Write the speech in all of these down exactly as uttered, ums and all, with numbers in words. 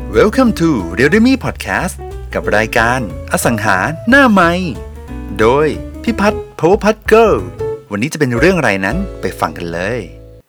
Welcome to Realme Podcast กับรายการอสังหาหน้าใหม่โดยพิพัฒน์ Power Pad Girl วันนี้จะเป็นเรื่องอะไรนั้นไปฟังกันเลย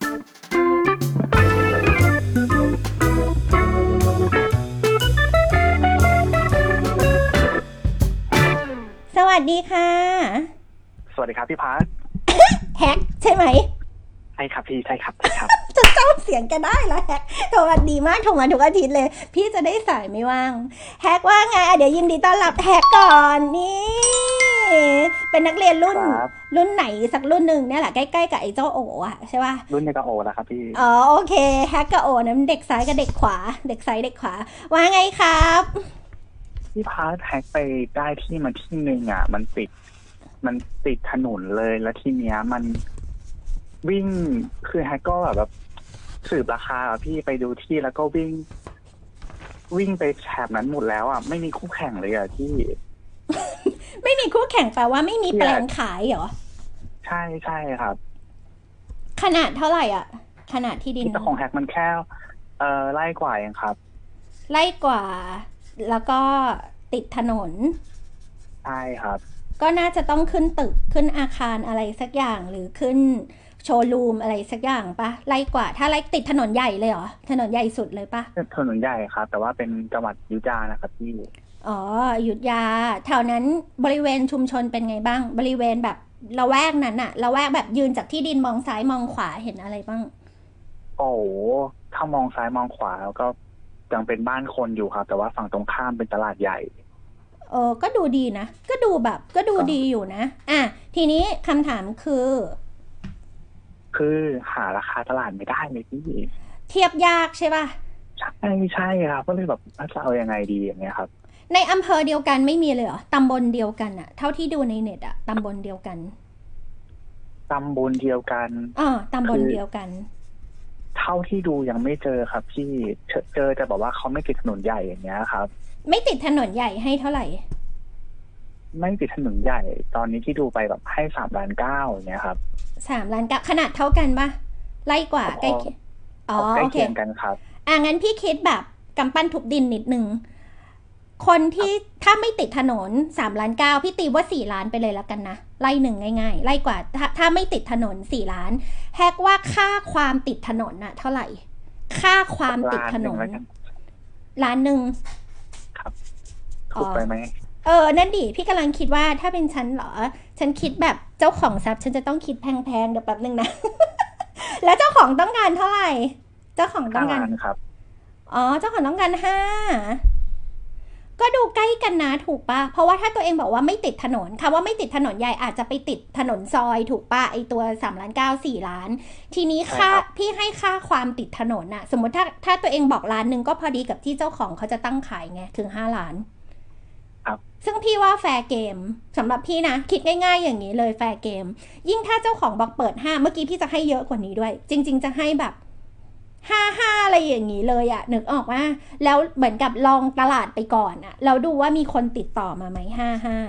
สวัสดีค่ะสวัสดีครับพี่พัฒน์แฮกใช่ไหมใช่ครับพี่ใช่ครับใช่ครับจะเจ้าเสียงกันได้แล้วแฮกโทรมาดีมากโทรมาทุกอาทิตย์เลยพี่จะได้สายไม่ว่างแฮกว่าไงเดี๋ยวยินดีต้อนรับแฮกก่อนนี่เป็นนักเรียนรุ่นรุ่นไหนสักรุ่นหนึ่งเนี่ยแหละใกล้ๆกับไอ้เจ้าโออ่ะใช่ป่ะรุ่นเดียวกับโอแล้วครับพี่อ๋อโอเคแฮกกับโอนั้นเด็กซ้ายกับเด็กขวาเด็กซ้ายเด็กขวาว่าไงครับพี่พัฒน์แฮกไปได้ที่มาที่นึงอ่ะมันติดมันติดถนนเลยแล้วทีเนี้ยมันวิ่งคือแฮกก็แบบสืบราคาพี่ไปดูที่แล้วก็วิ่งวิ่งไปแถบนั้นหมดแล้วอ่ะไม่มีคู่แข่งเลยอ่ะที่ไม่มีคู่แข่งแปลว่าไม่มีแปลงขายเหรอใช่ใช่ครับขนาดเท่าไหร่อ่ะขนาดที่ดินที่ของแฮกมันแค่เอ่อไร่กว่าเองครับไร่กว่าแล้วก็ติดถนนใช่ครับก็น่าจะต้องขึ้นตึกขึ้นอาคารอะไรสักอย่างหรือขึ้นโชว์รูมอะไรสักอย่างปะไล่กว่าถ้าไล่ติดถนนใหญ่เลยเหรอถนนใหญ่สุดเลยปะถนนใหญ่ครับแต่ว่าเป็นจังหวัดอยุธยานะครับพี่อ๋ออยุธยาแถวนั้นบริเวณชุมชนเป็นไงบ้างบริเวณแบบละแวกนั้นอะละแวกแบบยืนจากที่ดินมองซ้ายมองขวาเห็นอะไรบ้างโอ้ถ้ามองซ้ายมองขวาแล้วก็ยังเป็นบ้านคนอยู่ครับแต่ว่าฝั่งตรงข้ามเป็นตลาดใหญ่เออก็ดูดีนะก็ดูแบบก็ดูดีอยู่นะอ่ะทีนี้คำถามคือคือหาราคาตลาดไม่ได้เลยพี่เทียบยากใช่ป่ะใช่ใช่ครับก็เลยแบบจะเอายังไงดีอย่างเงี้ยครับในอำเภอเดียวกันไม่มีเลยเหรอตำบลเดียวกันอะเท่าที่ดูในเน็ตอะตำบลเดียวกันตำบลเดียวกันอ๋อตำบลเดียวกันเท่าที่ดูยังไม่เจอครับพี่เจอแต่บอกว่าเขาไม่ติดถนนใหญ่อย่างเงี้ยครับไม่ติดถนนใหญ่ให้เท่าไหร่ไม่ติดถนนใหญ่ตอนนี้ที่ดูไปแบบให้สามล้านเก้าอย่างเงี้ยครับสามล้านเก้าขนาดเท่ากันปะไล่กว่าใกล้อ๋อใกล้เคียงกันครับอ่ะงั้นพี่คิดแบบกำปั้นทุบดินนิดนึงคนที่ถ้าไม่ติดถนนสามล้านเก้าพี่ตีว่าสี่ล้านไปเลยแล้วกันนะไล่หนึ่งง่ายๆไล่กว่าถ้าถ้าไม่ติดถนนสี่ล้านแฮกว่าค่าความติดถนนน่ะเท่าไหร่ค่าความติดถนนล้านหนึ่งครับถูกไปไหมเออนั่นดิพี่กำลังคิดว่าถ้าเป็นฉันเหรอฉันคิดแบบเจ้าของทรัพย์ฉันจะต้องคิดแพงๆเดี๋ยวแป๊บนึงนะ แล้วเจ้าของต้องการเท่าไหร่เจ้าของต้องการครับอ๋อเจ้าของต้องการห้าก็ดูใกล้กันนะถูกปะเพราะว่าถ้าตัวเองบอกว่าไม่ติดถนนคำว่าไม่ติดถนนใหญ่อาจจะไปติดถนนซอยถูกปะไอตัวสามล้านเก้าสี่ล้านทีนี้ค่าพี่ให้ค่าความติดถนนน่ะสมมติถ้าถ้าตัวเองบอกล้านหนึ่งก็พอดีกับที่เจ้าของเขาจะตั้งขายไงถึงห้าล้านซึ่งพี่ว่าแฟร์เกมสำหรับพี่นะคิดง่ายๆอย่างนี้เลยแฟร์เกมยิ่งถ้าเจ้าของบอกเปิดห้าเมื่อกี้พี่จะให้เยอะกว่านี้ด้วยจริงๆจะให้แบบห้าห้าอะไรอย่างนี้เลยอะนึกออกว่าแล้วเหมือนกับลองตลาดไปก่อนอะเราดูว่ามีคนติดต่อมาไหมห้าห้า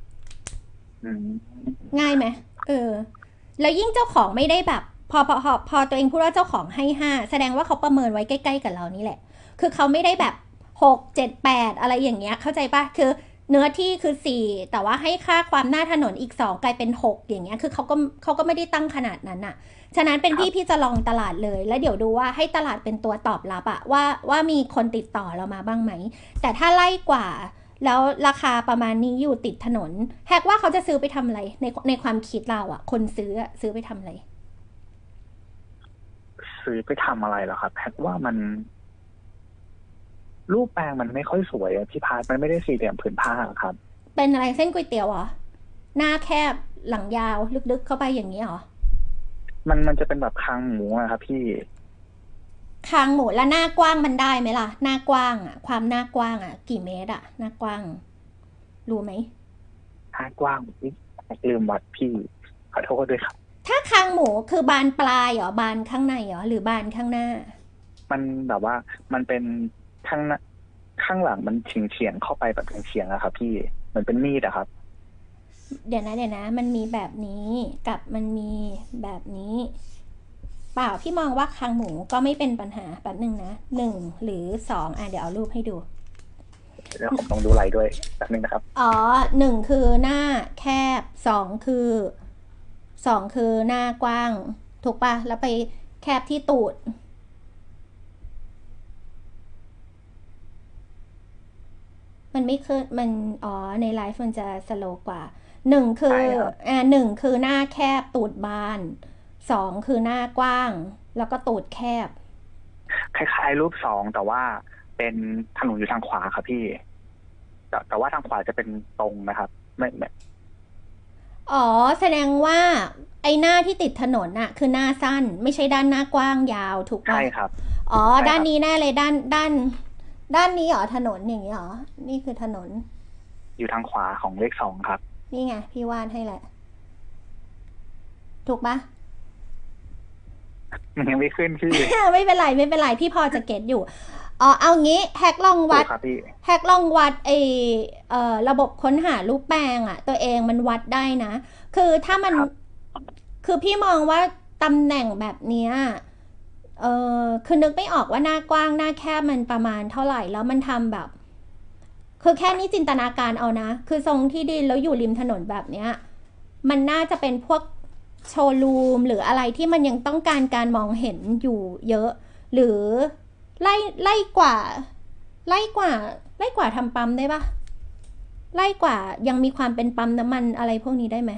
ง่ายไหมเออแล้วยิ่งเจ้าของไม่ได้แบบพอพอพอพอตัวเองพูดว่าเจ้าของให้ห้าแสดงว่าเขาประเมินไว้ใกล้ๆกับเรานี่แหละคือเขาไม่ได้แบบหกเจ็ดแปดอะไรอย่างเงี้ยเข้าใจปะคือเนื้อที่คือสี่แต่ว่าให้ค่าความหน้าถนนอีกสองกลายเป็นหกอย่างเงี้ยคือเขาก็เขาก็ไม่ได้ตั้งขนาดนั้นน่ะฉะนั้นเป็นพี่พี่จะลองตลาดเลยแล้วเดี๋ยวดูว่าให้ตลาดเป็นตัวตอบรับอะว่าว่ามีคนติดต่อเรามาบ้างไหมแต่ถ้าไล่กว่าแล้วราคาประมาณนี้อยู่ติดถนนแฮกว่าเขาจะซื้อไปทำอะไรในในความคิดเราอะคนซื้ออะซื้อไปทำอะไรซื้อไปทำอะไรเหรอครับแฮกว่ามันรูปแปลงมันไม่ค่อยสวยอะพี่พาร์ทมันไม่ได้สี่เหลี่ยมผืนผ้าครับเป็นอะไรเส้นก๋วยเตี๋ยวเหรอหน้าแคบหลังยาวลึกๆเข้าไปอย่างนี้เหรอมันมันจะเป็นแบบคางหมูอะครับพี่คางหมูแล้วหน้ากว้างมันได้ไหมล่ะหน้ากว้างอะความหน้ากว้างอะกี่เมตรอะหน้ากว้างรู้ไหมหน้ากว้างพี่ลืมวัดพี่ขอโทษด้วยครับถ้าคางหมูคือบานปลายเหรอบานข้างในเหรอหรือบานข้างหน้ามันแบบว่ามันเป็นข้างข้างหลังมันเฉียงเฉียงเข้าไปแบบเฉียงๆอะครับพี่เหมือนเป็นมีดอะครับเดี๋ยวนะเดี๋ยวนะมันมีแบบนี้กับมันมีแบบนี้เปล่าพี่มองว่าคางหมูก็ไม่เป็นปัญหาแบบหนึ่งนะหนึ่งหรือสองอ่ะเดี๋ยวเอารูปให้ดูเดี๋ยวผมต้องดูไลน์ด้วยแบบนึงนะครับอ๋อหนึ่งคือหน้าแคบสองคือสองคือหน้ากว้างถูกปะแล้วไปแคบที่ตูดมันไม่คือมันอ๋อในไลฟ์มันจะสโลว์กว่าหนึ่งคืออ่าหนึ่งคือหน้าแคบตูดบานสองคือหน้ากว้างแล้วก็ตูดแคบคล้ายๆรูปสองแต่ว่าเป็นถนนอยู่ทางขวาครับพี่แต่แต่ว่าทางขวาจะเป็นตรงนะครับไม่ไม่อ๋อแสดงว่าไอ้หน้าที่ติดถนนน่ะคือหน้าสั้นไม่ใช่ด้านหน้ากว้างยาวถูกปะใช่ครับอ๋อด้านนี้แน่เลยด้านด้านด้านนี้เหรอถนนอย่างนี้เหรอนี่คือถนนอยู่ทางขวาของเลขสองครับนี่ไงพี่วาดให้แหละถูกปะมันยังไม่ขึ้นพี่ไม่เป็นไรไม่เป็นไรพี่พอจะเก็ตอยู่อ๋อเอางี้แฮกลองวัดแฮกลองวัดไอเอ่อระบบค้นหารูปแปลงอ่ะตัวเองมันวัดได้นะคือถ้ามันคือพี่มองว่าตำแหน่งแบบเนี้ยเออคือนึกไม่ออกว่าหน้ากว้างหน้าแคบมันประมาณเท่าไหร่แล้วมันทำแบบคือแค่นี้จินตนาการเอานะคือทรงที่ดินแล้วอยู่ริมถนนแบบเนี้ยมันน่าจะเป็นพวกโชว์รูมหรืออะไรที่มันยังต้องการการมองเห็นอยู่เยอะหรือไล่ไล่กว่าไล่กว่าไล่กว่าทำปั๊มได้ปะไล่กว่ายังมีความเป็นปั๊มน้ำมันอะไรพวกนี้ได้ไหม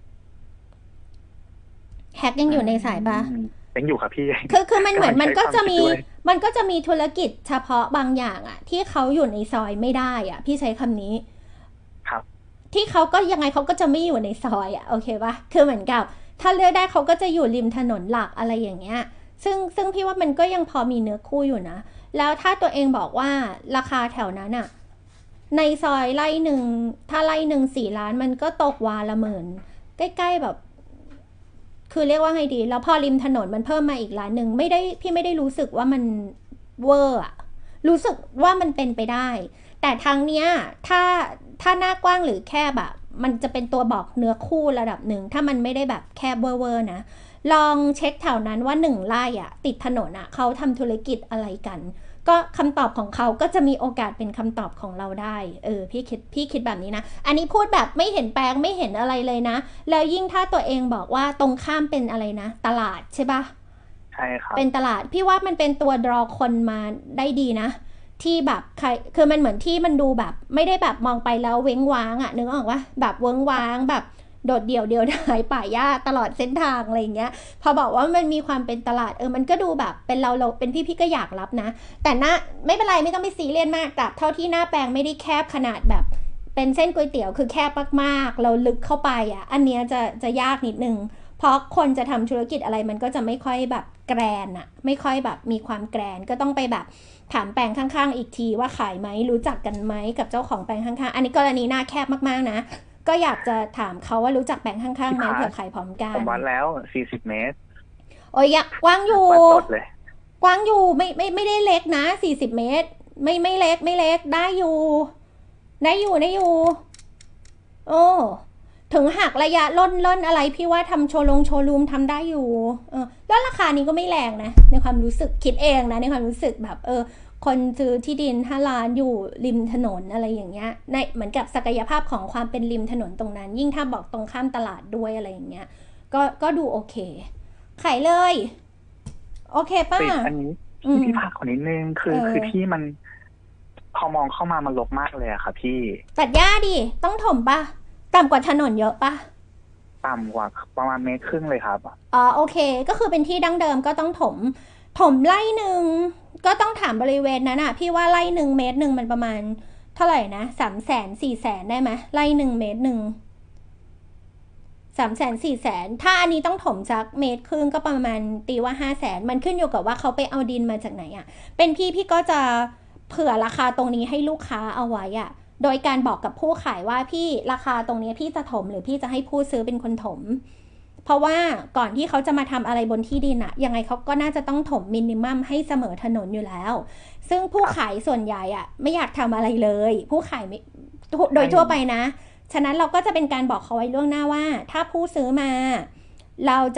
แฮกยังอยู่ในสายปะยังอยู่ครับพี่คือคือมันเหมือนมันก็จะมีมันก็จะมีธุรกิจเฉพาะบางอย่างอะที่เขาอยู่ในซอยไม่ได้อะพี่ใช้คำนี้ครับที่เขาก็ยังไงเขาก็จะไม่อยู่ในซอยอะโอเคปะคือเหมือนกับถ้าเลือกได้เขาก็จะอยู่ริมถนนหลักอะไรอย่างเงี้ยซึ่งซึ่งพี่ว่ามันก็ยังพอมีเนื้อคู่อยู่นะแล้วถ้าตัวเองบอกว่าราคาแถวนั้นอะในซอยไร่หนึ่งถ้าไร่หนึ่งสี่ล้านมันก็ตกวาละหมื่นใกล้ๆแบบคือเรียกว่าไงดีแล้วพอริมถนนมันเพิ่มมาอีกล้านหนึ่งไม่ได้พี่ไม่ได้รู้สึกว่ามันเวอร์อะรู้สึกว่ามันเป็นไปได้แต่ทางเนี้ยถ้าถ้าหน้ากว้างหรือแคบอะมันจะเป็นตัวบอกเนื้อคู่ระดับหนึ่งถ้ามันไม่ได้แบบแคบเวอร์ๆนะลองเช็คแถวนั้นว่าหนึ่งไร่อะติดถนนอะเขาทำธุรกิจอะไรกันก็คำตอบของเขาก็จะมีโอกาสเป็นคำตอบของเราได้เออพี่คิดพี่คิดแบบนี้นะอันนี้พูดแบบไม่เห็นแปลงไม่เห็นอะไรเลยนะแล้วยิ่งถ้าตัวเองบอกว่าตรงข้ามเป็นอะไรนะตลาดใช่ปะใช่ครับเป็นตลาดพี่ว่ามันเป็นตัวดรอคนมาได้ดีนะที่แบบใครคือมันเหมือนที่มันดูแบบไม่ได้แบบมองไปแล้วเว้งว้างอะนึกออกว่าแบบเว้งว้างแบบโดดเดี่ยวเดียวดายป่าหญ้าตลอดเส้นทางอะไรอย่างเงี้ยพอบอกว่ามันมีความเป็นตลาดเออมันก็ดูแบบเป็นเราเราเป็นพี่พี่ก็อยากรับนะแต่หน้าไม่เป็นไรไม่ต้องไปซีเรียสมากแต่เท่าที่หน้าแปลงไม่ได้แคบขนาดแบบเป็นเส้นก๋วยเตี๋ยวคือแคบมากๆเราลึกเข้าไปอ่ะอันเนี้ยจะจะยากนิดนึงเพราะคนจะทำธุรกิจอะไรมันก็จะไม่ค่อยแบบแกรนอะไม่ค่อยแบบมีความแกรนก็ต้องไปแบบถามแปลงข้างๆอีกทีว่าขายไหมรู้จักกันไหมกับเจ้าของแปลงข้างๆอันนี้กรณีหน้าแคบมากๆนะก็อยากจะถามเขาว่ารู้จักแปลงข้างๆไหมเผื่อขายพร้อมกันผมวัดแล้วสี่สิบเมตรโอ้ยกว้างอยู่กว้างอยู่ไม่ไม่ไม่ได้เล็กนะสี่สิบเมตรไม่ไม่เล็กไม่เล็กได้อยู่ได้อยู่ได้อยู่โอ้ถึงหักระยะล่นล่นอะไรพี่ว่าทำโชว์ลงโชว์รูมทำได้อยู่เออแล้วราคานี้ก็ไม่แรงนะในความรู้สึกคิดเองนะในความรู้สึกแบบเออคนซื้อที่ดินห้าล้านอยู่ริมถนนอะไรอย่างเงี้ยในเหมือนกับศักยภาพของความเป็นริมถนนตรงนั้นยิ่งถ้าบอกตรงข้ามตลาดด้วยอะไรอย่างเงี้ยก็ก็ดูโอเคขายเลยโอเคป่ะติดอันนี้พี่ผักคนนิดนึงคือคือที่มันพอมองเข้ามามันรกมากเลยอะค่ะพี่ตัดหญ้าดิต้องถมป่ะต่ำกว่าถนนเยอะป่ะต่ำกว่าประมาณเมตรครึ่งเลยครับอ๋อโอเคก็คือเป็นที่ดั้งเดิมก็ต้องถมถมไร่หนึ่งก็ต้องถามบริเวณนั้นอะพี่ว่าไร่หนึ่งเมตรหนึ่งมันประมาณเท่าไหร่นะสามแสนสี่แสนได้ไหมไร่หนึ่งเมตรหนึ่งสามแสนสี่แสนถ้าอันนี้ต้องถมสักเมตรครึ่งก็ประมาณตีว่าห้าแสนมันขึ้นอยู่กับว่าเขาไปเอาดินมาจากไหนอะเป็นพี่พี่ก็จะเผื่อราคาตรงนี้ให้ลูกค้าเอาไว้อะโดยการบอกกับผู้ขายว่าพี่ราคาตรงนี้พี่จะถมหรือพี่จะให้ผู้ซื้อเป็นคนถมเพราะว่าก่อนที่เขาจะมาทำอะไรบนที่ดินอะยังไงเขาก็น่าจะต้องถมมินิมัมให้เสมอถนนอยู่แล้วซึ่งผู้ขายส่วนใหญ่อะไม่อยากทำอะไรเลยผู้ขายโดยทั่วไปนะฉะนั้นเราก็จะเป็นการบอกเขาไว้ล่วงหน้าว่าถ้าผู้ซื้อมาเราจะ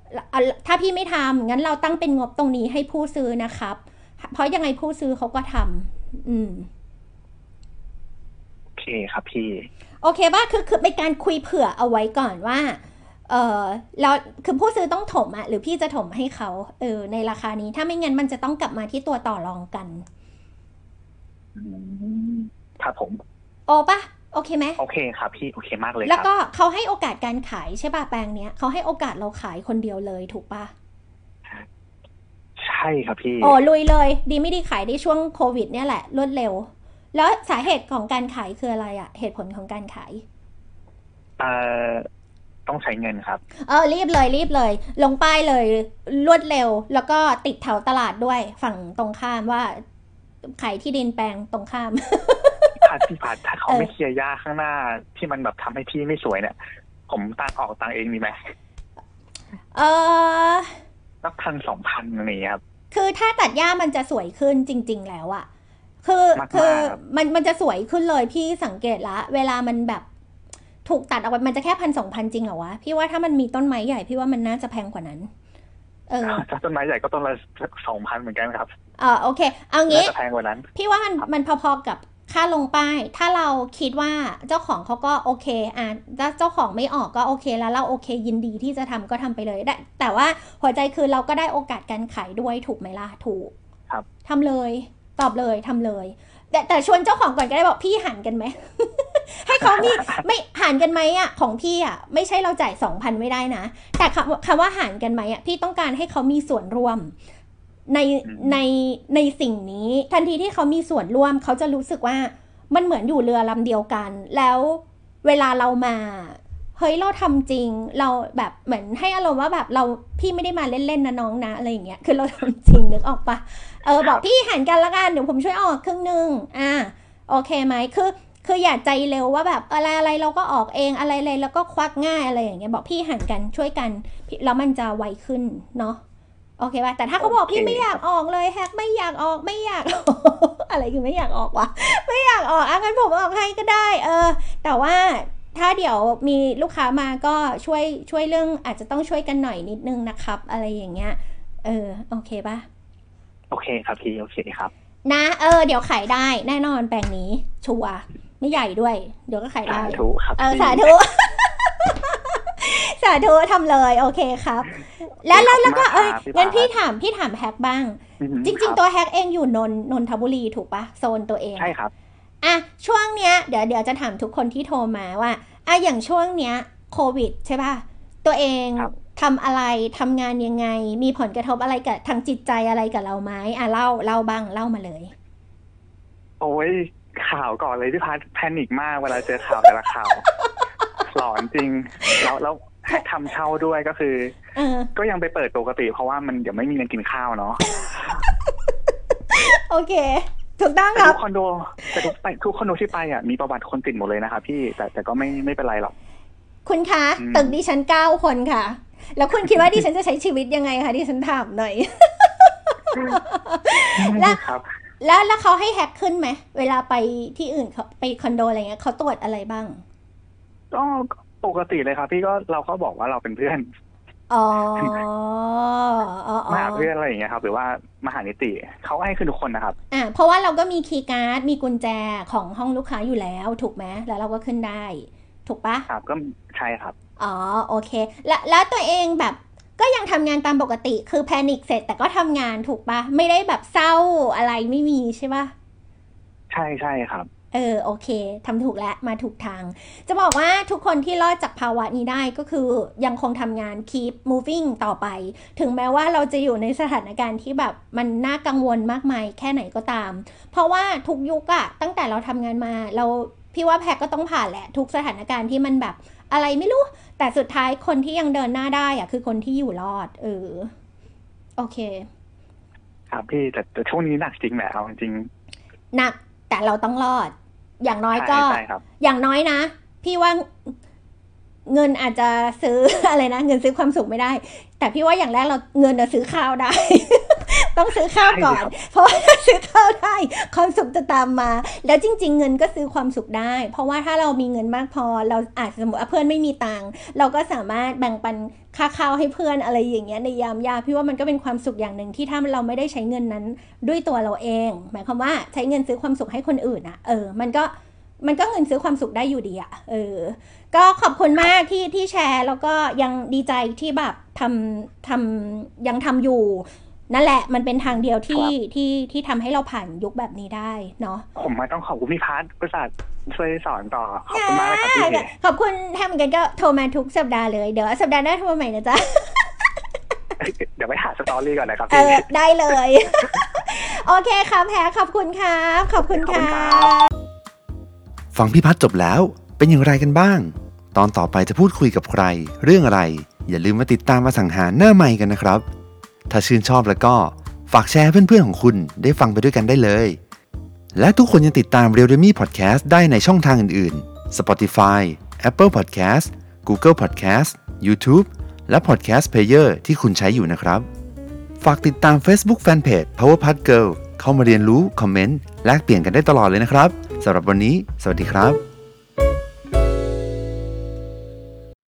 ถ้าพี่ไม่ทำงั้นเราตั้งเป็นงบตรงนี้ให้ผู้ซื้อนะครับเพราะยังไงผู้ซื้อเขาก็ทำอืมโอเคครับพี่โอเคป่ะคือคือเป็นการคุยเผื่อเอาไว้ก่อนว่าเออเราคือผู้ซื้อต้องถมอะหรือพี่จะถมให้เขาเออในราคานี้ถ้าไม่งั้นมันจะต้องกลับมาที่ตัวต่อรองกันครับผมโอ้ป่ะโอเคไหมโอเคครับพี่โอเคมากเลยแล้วก็เขาให้โอกาสการขายใช่ป่ะแปลงเนี้ยเขาให้โอกาสเราขายคนเดียวเลยถูกป่ะใช่ครับพี่โอ้ลุยเลยดีไม่ดีขายได้ช่วงโควิดเนี่ยแหละรวดเร็วแล้วสาเหตุของการขายคืออะไรอะเหตุผลของการขายเอ่อต้องใช้เงินครับเออรีบเลยรีบเลยลงป้ายเลยรวดเร็วแล้วก็ติดแถวตลาดด้วยฝั่งตรงข้ามว่าขายที่ดินแปลงตรงข้ามพัดพี่พัดถ้าเขาไม่เคลียร์หญ้าข้างหน้าที่มันแบบทำให้ที่ไม่สวยเนี่ยผมตังออกตังเองมีไหมเออสักพันสองพันอะไรอย่างเงี้ยครับคือถ้าตัดหญ้ามันจะสวยขึ้นจริงๆแล้วอะคือคือมันมันจะสวยขึ้นเลยพี่สังเกตละเวลามันแบบถูกตัดออกไปมันจะแค่พันสองพันจริงเหรอวะพี่ว่าถ้ามันมีต้นไม้ใหญ่พี่ว่ามันน่าจะแพงกว่านั้นเออถ้าต้นไม้ใหญ่ก็ต้นละสองพันเหมือนกันครับอ่าโอเคเอางี้จะแพงกว่านั้นพี่ว่ามันมันพอๆกับค่าลงป้ายถ้าเราคิดว่าเจ้าของเขาก็โอเคอ่ะถ้าเจ้าของไม่ออกก็โอเคแล้วเราโอเคยินดีที่จะทำก็ทำไปเลยได้แต่ว่าหัวใจคือเราก็ได้โอกาสการขายด้วยถูกไหมล่ะถูกครับทำเลยตอบเลยทำเลยแต่แต่ชวนเจ้าของก่อนก็ได้บอกพี่หันกันไหม ให้เขามีไม่หันกันไหมอ่ะของพี่อ่ะไม่ใช่เราจ่ายสองพันไม่ได้นะแต่คำคำว่าหันกันไหมอ่ะพี่ต้องการให้เขามีส่วนร่วมในในในสิ่งนี้ทันทีที่เขามีส่วนร่วมเขาจะรู้สึกว่ามันเหมือนอยู่เรือลำเดียวกันแล้วเวลาเรามาเฮ้ยเราทำจริงเราแบบเหมือนให้อารมณ์ว่าแบบเราพี่ไม่ได้มาเล่นๆนะน้องนะอะไรอย่างเงี้ยคือเราทำจริงนึกออกปะเออบอกพี่หันกันละกันเดี๋ยวผมช่วยออกครึ่งนึงอ่าโอเคไหมคือคืออย่าใจเร็วว่าแบบอะไรอะไรเราก็ออกเองอะไรเลยแล้วก็ควักง่ายอะไรอย่างเงี้ยบอกพี่หันกันช่วยกันแล้วมันจะไวขึ้นเนาะโอเคป่ะแต่ถ้าเขาบอกพี่ไม่อยากออกเลยแฮกไม่อยากออกไม่อยาก อะไรคือไม่อยากออกวะไม่อยากออกอ่ะงั้นผมออกให้ก็ได้เออแต่ว่าถ้าเดี๋ยวมีลูกค้ามาก็ช่วยช่วยเรื่องอาจจะต้องช่วยกันหน่อยนิดนึงนะครับอะไรอย่างเงี้ยเออโอเคป่ะโอเคครับพี่โอเคครับนะเออเดี๋ยวขายได้แน่นอนแปลงนี้ชัวร์ไม่ใหญ่ด้วยเดี๋ยวก็ขายได้สาธุครับเออสาธุสาธุทำเลยโอเคครับแล้วแล้วแล้วก็เอ้ยงั้นพี่ถามพี่ถามแฮกบ้างจริงๆตัวแฮกเองอยู่นนนนทบุรีถูกปะโซนตัวเองใช่ครับอ่ะช่วงเนี้ยเดี๋ยวเดี๋ยวจะถามทุกคนที่โทรมาว่าอ่ะอย่างช่วงเนี้ยโควิดใช่ปะตัวเองทำอะไรทำงานยังไงมีผลกระทบอะไรกับทางจิตใจอะไรกับเราไหมอ่ะเล่าเล่าบ้างเล่ามาเลยโอ้ยข่าวก่อนเลยพี่พัดแพนิคมากเวลาเจอข่าวแต่ละข่าวหลอนจริงแล้วแล้วแฮกทำเช่าด้วยก็คือก็ยังไปเปิดปกติเพราะว่ามันเดี๋ยวไม่มีเงินกินข้าวเนาะโอเคถูกต้องครับทุกคอนโดแต่ทุกไปทุกคอนโดที่ไปอ่ะมีประวัติคนติดหมดเลยนะคะพี่แต่แต่ก็ไม่ไม่เป็นไรหรอกคุณคะตึกดิฉันเก้าคนค่ะแล้วคุณคิดว่าดิฉันจะใช้ชีวิตยังไงคะดิฉันถามหน่อยแล้วแล้วแล้วเขาให้แฮกขึ้นไหมเวลาไปที่อื่นเขาไปคอนโดอะไรเงี้ยเขาตรวจอะไรบ้างก็ปกติเลยครับพี่ก็เราก็บอกว่าเราเป็นเพื่อนอ๋อมาหาเพื่อนอะไรอย่างเงี้ยครับหรือว่ามาหานิติเขาให้ขึ้นทุกคนนะครับอ่าเพราะว่าเราก็มีคีย์การ์ดมีกุญแจของห้องลูกค้าอยู่แล้วถูกไหมแล้วเราก็ขึ้นได้ถูกปะครับก็ใช่ครับอ๋อโอเคแล้วแล้วตัวเองแบบก็ยังทำงานตามปกติคือแพนิคเสร็จแต่ก็ทำงานถูกปะไม่ได้แบบเศร้าอะไรไม่มีใช่ปะใช่ใช่ครับเออโอเคทำถูกแล้วมาถูกทางจะบอกว่าทุกคนที่รอดจากภาวะนี้ได้ก็คือยังคงทำงาน keep moving ต่อไปถึงแม้ว่าเราจะอยู่ในสถานการณ์ที่แบบมันน่ากังวลมากมายแค่ไหนก็ตามเพราะว่าทุกยุคอะตั้งแต่เราทำงานมาเราพี่ว่าแพคก็ต้องผ่านแหละทุกสถานการณ์ที่มันแบบอะไรไม่รู้แต่สุดท้ายคนที่ยังเดินหน้าได้อะคือคนที่อยู่รอดเออโอเคครับพี่แต่แต่ช่วงนี้หนักจริงแหละเอาจริงหนักแต่เราต้องรอดอย่างน้อยก็อย่างน้อยนะพี่ว่าเงินอาจจะซื้ออะไรนะเงินซื้อความสุขไม่ได้แต่พี่ว่าอย่างแรกเราเงินจะซื้อข้าวได้ต้องซื้อข้าวก่อนเพราะว่าถ้าซื้อข้าวได้ความสุขจะตามมาแล้วจริงๆเงินก็ซื้อความสุขได้เพราะว่าถ้าเรามีเงินมากพอเราอาจสมมติว่าเพื่อนไม่มีตังค์เราก็สามารถแบ่งปันค่าข้าวให้เพื่อนอะไรอย่างเงี้ยในยามยากพี่ว่ามันก็เป็นความสุขอย่างหนึ่งที่ถ้าเราไม่ได้ใช้เงินนั้นด้วยตัวเราเองหมายความว่าใช้เงินซื้อความสุขให้คนอื่นอ่ะเออมันก็มันก็เงินซื้อความสุขได้อยู่ดีอ่ะเออก็ขอบคุณมากที่ที่แชร์แล้วก็ยังดีใจที่แบบทำทำยังทำอยู่นั่นแหละมันเป็นทางเดียวที่ที่ที่ทำให้เราผ่านยุคแบบนี้ได้เนาะผมไม่ต้องขอบคุณพี่พัฒน์ประสาทช่วยสอนต่อขอบคุณมากเลยครับพี่ขอบคุณแทมเหมือนกันก็โทรมาทุกสัปดาห์เลยเดี๋ยวสัปดาห์หน้าโทรมาใหม่นะจ๊ะเดี๋ยวไปหาสตอรี่ก่อนนะครับเออได้เลยโอเคค่ะแพรขอบคุณครับขอบคุณค่ะฟังพี่พัฒน์จบแล้วเป็นอย่างไรกันบ้างตอนต่อไปจะพูดคุยกับใครเรื่องอะไรอย่าลืมมาติดตามอสังหาหน้าใหม่กันนะครับถ้าชื่นชอบแล้วก็ฝากแชร์เพื่อนๆของคุณได้ฟังไปด้วยกันได้เลยและทุกคนยังติดตาม Realme Podcast ได้ในช่องทางอื่นๆ Spotify, Apple Podcast, Google Podcast, YouTube และ Podcast Player ที่คุณใช้อยู่นะครับฝากติดตาม Facebook Fanpage Powerpuff Girl เข้ามาเรียนรู้คอมเมนต์แลกเปลี่ยนกันได้ตลอดเลยนะครับสำหรับวันนี้สวัสดีครับ